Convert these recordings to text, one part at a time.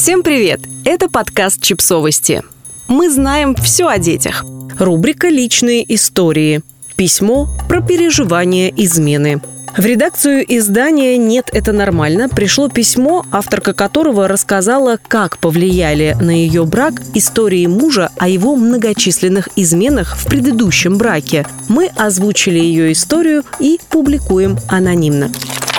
Всем привет! Это подкаст «Чипсовости». Мы знаем все о детях. Рубрика «Личные истории». Письмо про переживания измены. В редакцию издания «Нет, это нормально» пришло письмо, авторка которого рассказала, как повлияли на ее брак истории мужа о его многочисленных изменах в предыдущем браке. Мы озвучили ее историю и публикуем анонимно.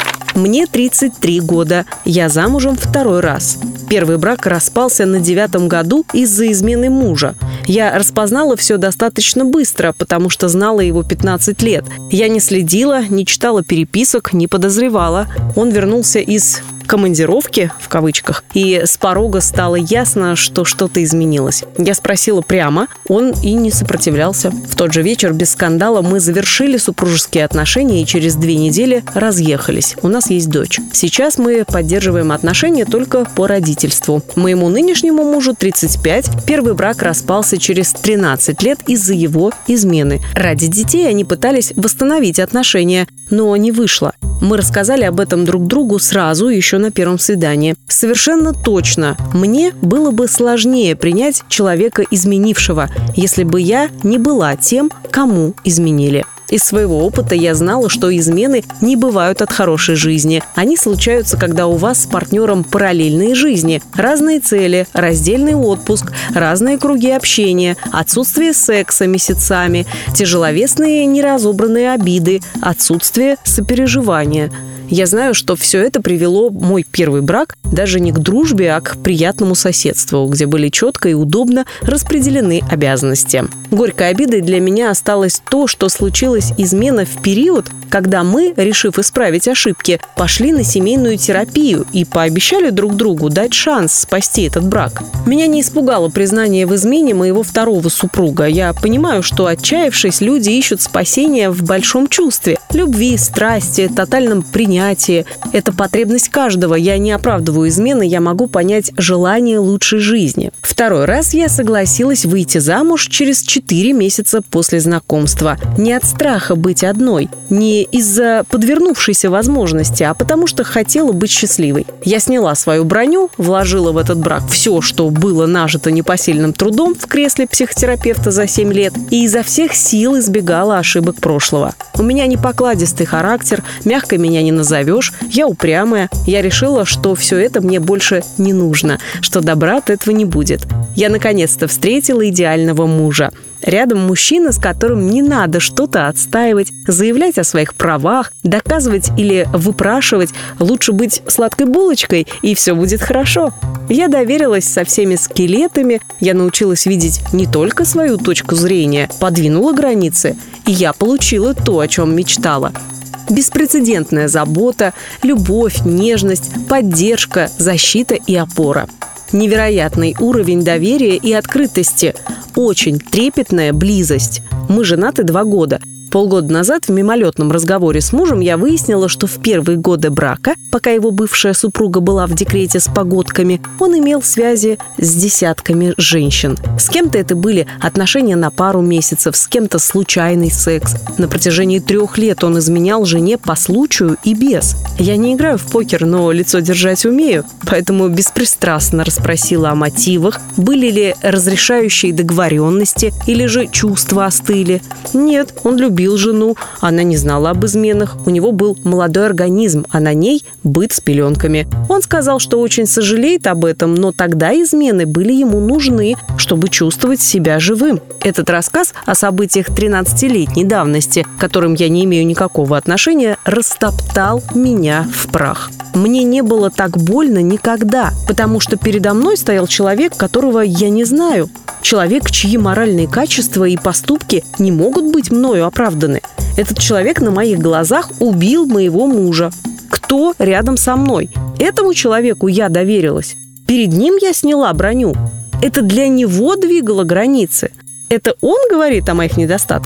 Мне 33 года. Я замужем второй раз. Первый брак распался на 9-м году из-за измены мужа. Я распознала все достаточно быстро, потому что знала его 15 лет. Я не следила, не читала переписок, не подозревала. Он вернулся из командировки, в кавычках, и с порога стало ясно, что что-то изменилось. Я спросила прямо, он и не сопротивлялся. В тот же вечер без скандала мы завершили супружеские отношения и через 2 недели разъехались. У нас есть дочь. Сейчас мы поддерживаем отношения только по родительству. Моему нынешнему мужу 35. Первый брак распался через 13 лет из-за его измены. Ради детей они пытались восстановить отношения, но не вышло. Мы рассказали об этом друг другу сразу, еще на первом свидании. Совершенно точно, мне было бы сложнее принять человека изменившего, если бы я не была тем, кому изменили. Из своего опыта я знала, что измены не бывают от хорошей жизни. Они случаются, когда у вас с партнером параллельные жизни, разные цели, раздельный отпуск, разные круги общения, отсутствие секса месяцами, тяжеловесные неразобранные обиды, отсутствие сопереживания. Я знаю, что все это привело мой первый брак даже не к дружбе, а к приятному соседству, где были четко и удобно распределены обязанности. Горькой обидой для меня осталось то, что случилась измена в период, когда мы, решив исправить ошибки, пошли на семейную терапию и пообещали друг другу дать шанс спасти этот брак. Меня не испугало признание в измене моего второго супруга. Я понимаю, что, отчаявшись, люди ищут спасения в большом чувстве – любви, страсти, тотальном принятии. Это потребность каждого. Я не оправдываю измены, я могу понять желание лучшей жизни. Второй раз я согласилась выйти замуж через 4 месяца после знакомства. Не от страха быть одной, не из-за подвернувшейся возможности, а потому что хотела быть счастливой. Я сняла свою броню, вложила в этот брак все, что было нажито непосильным трудом в кресле психотерапевта за 7 лет, и изо всех сил избегала ошибок прошлого. У меня непокладистый характер, мягко меня не назовешь, я упрямая. Я решила, что все это мне больше не нужно, что добра от этого не будет. Я наконец-то встретила идеального мужа. Рядом мужчина, с которым не надо что-то отстаивать, заявлять о своих правах, доказывать или выпрашивать. Лучше быть сладкой булочкой, и все будет хорошо. Я доверилась со всеми скелетами, я научилась видеть не только свою точку зрения, подвинула границы, и я получила то, о чем мечтала. Беспрецедентная забота, любовь, нежность, поддержка, защита и опора. Невероятный уровень доверия и открытости. Очень трепетная близость. Мы женаты 2 года. Полгода назад в мимолетном разговоре с мужем я выяснила, что в первые годы брака, пока его бывшая супруга была в декрете с погодками, он имел связи с десятками женщин. С кем-то это были отношения на пару месяцев, с кем-то случайный секс. На протяжении 3 лет он изменял жене по случаю и без. Я не играю в покер, но лицо держать умею, поэтому беспристрастно расспросила о мотивах, были ли разрешающие договоренности или же чувства остыли. Нет, он любил жену, она не знала об изменах, у него был молодой организм, а на ней быт с пеленками. Он сказал, что очень сожалеет об этом, но тогда измены были ему нужны, чтобы чувствовать себя живым. Этот рассказ о событиях 13-летней давности, к которым я не имею никакого отношения, растоптал меня в прах. Мне не было так больно никогда, потому что передо мной стоял человек, которого я не знаю. Человек, чьи моральные качества и поступки не могут быть мною оправданы. Этот человек на моих глазах убил моего мужа. Кто рядом со мной? Этому человеку я доверилась. Перед ним я сняла броню. Это для него двигало границы. Это он говорит о моих недостатках.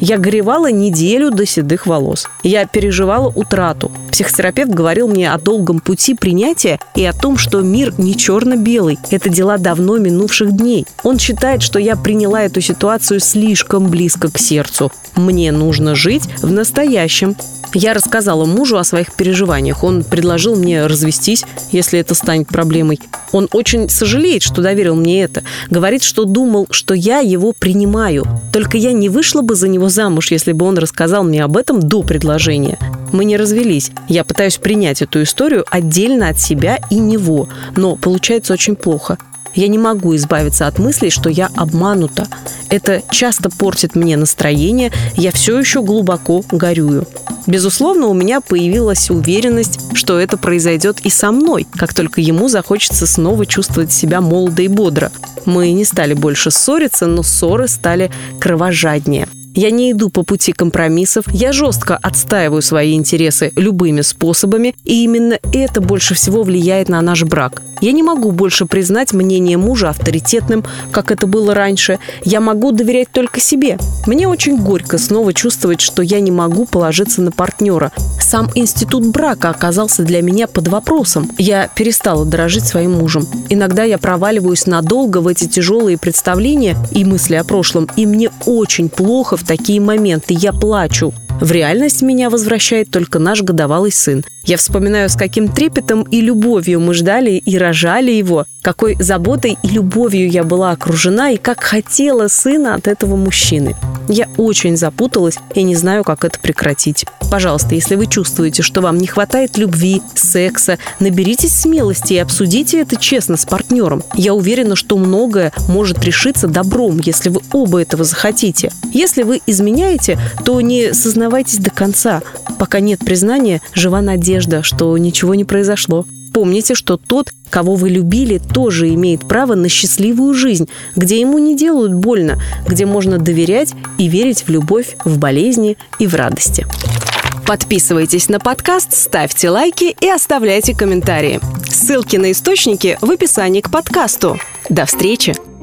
Я горевала неделю до седых волос. Я переживала утрату. Психотерапевт говорил мне о долгом пути принятия и о том, что мир не черно-белый. Это дела давно минувших дней. Он считает, что я приняла эту ситуацию слишком близко к сердцу. Мне нужно жить в настоящем. Я рассказала мужу о своих переживаниях. Он предложил мне развестись, если это станет проблемой. Он очень сожалеет, что доверил мне это. Говорит, что думал, что я его принимаю. Только я не вышла бы за него замуж, если бы он рассказал мне об этом до предложения. Мы не развелись. Я пытаюсь принять эту историю отдельно от себя и него. Но получается очень плохо. Я не могу избавиться от мыслей, что я обманута. Это часто портит мне настроение, я все еще глубоко горюю. Безусловно, у меня появилась уверенность, что это произойдет и со мной, как только ему захочется снова чувствовать себя молодо и бодро. Мы не стали больше ссориться, но ссоры стали кровожаднее. Я не иду по пути компромиссов, я жестко отстаиваю свои интересы любыми способами, и именно это больше всего влияет на наш брак. Я не могу больше признать мнение мужа авторитетным, как это было раньше. Я могу доверять только себе. Мне очень горько снова чувствовать, что я не могу положиться на партнера. Сам институт брака оказался для меня под вопросом. Я перестала дорожить своим мужем. Иногда я проваливаюсь надолго в эти тяжелые представления и мысли о прошлом, и мне очень плохо в такие моменты. Я плачу. В реальность меня возвращает только наш годовалый сын. Я вспоминаю, с каким трепетом и любовью мы ждали и рожали его, какой заботой и любовью я была окружена и как хотела сына от этого мужчины. Я очень запуталась и не знаю, как это прекратить. Пожалуйста, если вы чувствуете, что вам не хватает любви, секса, наберитесь смелости и обсудите это честно с партнером. Я уверена, что многое может решиться добром, если вы оба этого захотите. Если вы изменяете, то не сознавайтесь до конца. Пока нет признания, жива надежда, что ничего не произошло. Помните, что тот, кого вы любили, тоже имеет право на счастливую жизнь, где ему не делают больно, где можно доверять и верить в любовь, в болезни и в радости. Подписывайтесь на подкаст, ставьте лайки и оставляйте комментарии. Ссылки на источники в описании к подкасту. До встречи!